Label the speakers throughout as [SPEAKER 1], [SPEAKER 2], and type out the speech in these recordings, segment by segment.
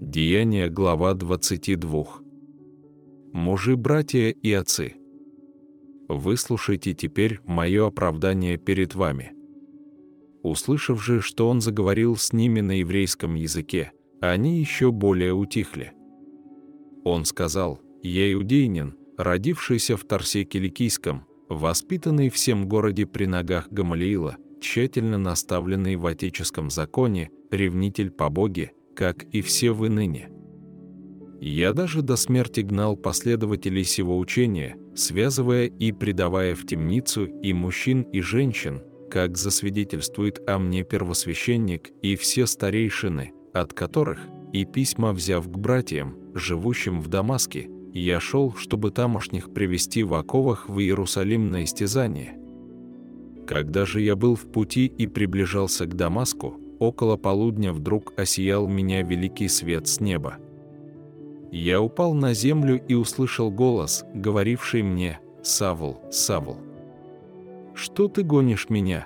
[SPEAKER 1] Деяния, глава 22. Мужи, братья и отцы, выслушайте теперь мое оправдание перед вами. Услышав же, что он заговорил с ними на еврейском языке, они еще более утихли. Он сказал: «Я иудеянин, родившийся в Тарсе Киликийском, воспитанный в сем городе при ногах Гамалиила, тщательно наставленный в отеческом законе, ревнитель по Боге, как и все вы ныне. Я даже до смерти гнал последователей сего учения, связывая и предавая в темницу и мужчин, и женщин, как засвидетельствует о мне первосвященник и все старейшины, от которых, и письма взяв к братьям, живущим в Дамаске, я шел, чтобы тамошних привести в оковах в Иерусалим на истязание. Когда же я был в пути и приближался к Дамаску, около полудня вдруг осиял меня великий свет с неба. Я упал на землю и услышал голос, говоривший мне: «Савл, Савл, что ты гонишь меня?»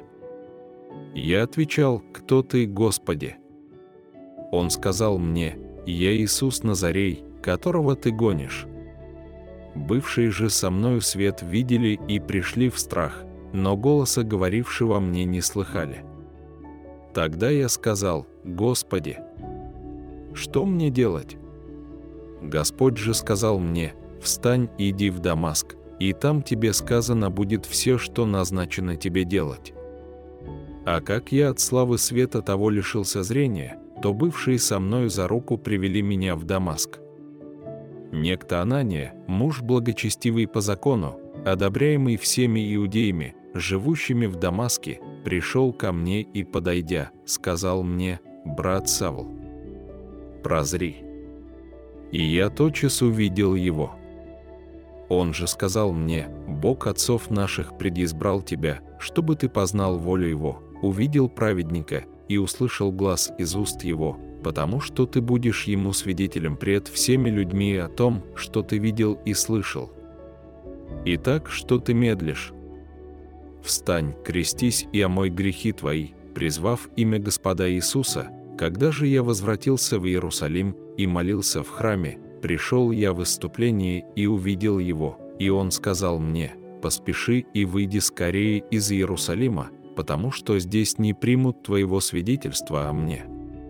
[SPEAKER 1] Я отвечал: «Кто ты, Господи?» Он сказал мне: «Я Иисус Назарей, которого ты гонишь». Бывшие же со мною свет видели и пришли в страх, но голоса говорившего мне не слыхали. Тогда я сказал: «Господи, что мне делать?» Господь же сказал мне: «Встань и иди в Дамаск, и там тебе сказано будет все, что назначено тебе делать». А как я от славы света того лишился зрения, то бывшие со мною за руку привели меня в Дамаск. Некто Анания, муж благочестивый по закону, одобряемый всеми иудеями, живущими в Дамаске, пришел ко мне и, подойдя, сказал мне: «Брат Савл, прозри». И я тотчас увидел его. Он же сказал мне: «Бог отцов наших предизбрал тебя, чтобы ты познал волю Его, увидел праведника и услышал глас из уст Его, потому что ты будешь Ему свидетелем пред всеми людьми о том, что ты видел и слышал. Итак, что ты медлишь? Встань, крестись и омой грехи твои, призвав имя Господа Иисуса». Когда же я возвратился в Иерусалим и молился в храме, пришел я в выступление и увидел его, и он сказал мне: «Поспеши и выйди скорее из Иерусалима, потому что здесь не примут твоего свидетельства о мне».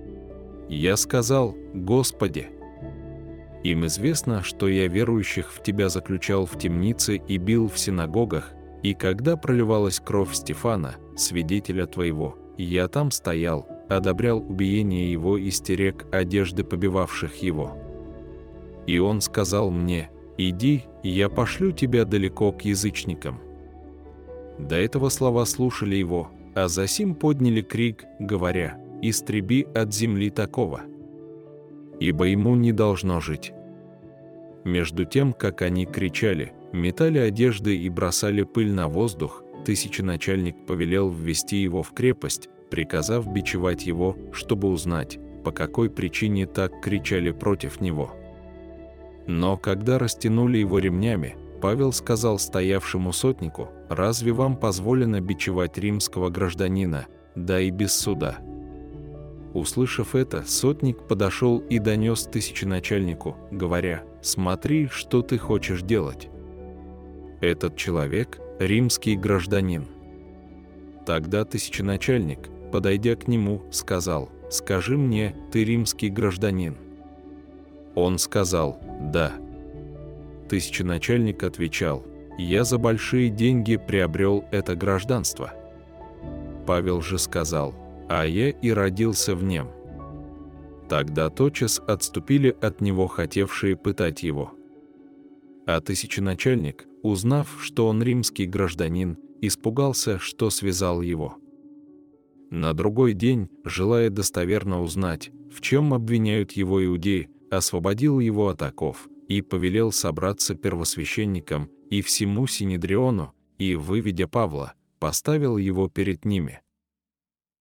[SPEAKER 1] Я сказал: «Господи, им известно, что я верующих в Тебя заключал в темнице и бил в синагогах, и когда проливалась кровь Стефана, свидетеля Твоего, я там стоял, одобрял убиение его и стерег одежды побивавших его». И он сказал мне: «Иди, я пошлю тебя далеко к язычникам». До этого слова слушали его, а засим подняли крик, говоря: «Истреби от земли такого, ибо ему не должно жить». Между тем, как они кричали, метали одежды и бросали пыль на воздух, тысяченачальник повелел ввести его в крепость, приказав бичевать его, чтобы узнать, по какой причине так кричали против него. Но когда растянули его ремнями, Павел сказал стоявшему сотнику: «Разве вам позволено бичевать римского гражданина, да и без суда?» Услышав это, сотник подошел и донес тысяченачальнику, говоря: «Смотри, что ты хочешь делать. Этот человек – римский гражданин». Тогда тысяченачальник, подойдя к нему, сказал: «Скажи мне, ты римский гражданин?» Он сказал: «Да». Тысяченачальник отвечал: «Я за большие деньги приобрел это гражданство». Павел же сказал: «А я и родился в нем». Тогда тотчас отступили от него хотевшие пытать его. А тысяченачальник, узнав, что он римский гражданин, испугался, что связал его. На другой день, желая достоверно узнать, в чем обвиняют его иудеи, освободил его от оков и повелел собраться первосвященникам и всему Синедриону, и, выведя Павла, поставил его перед ними.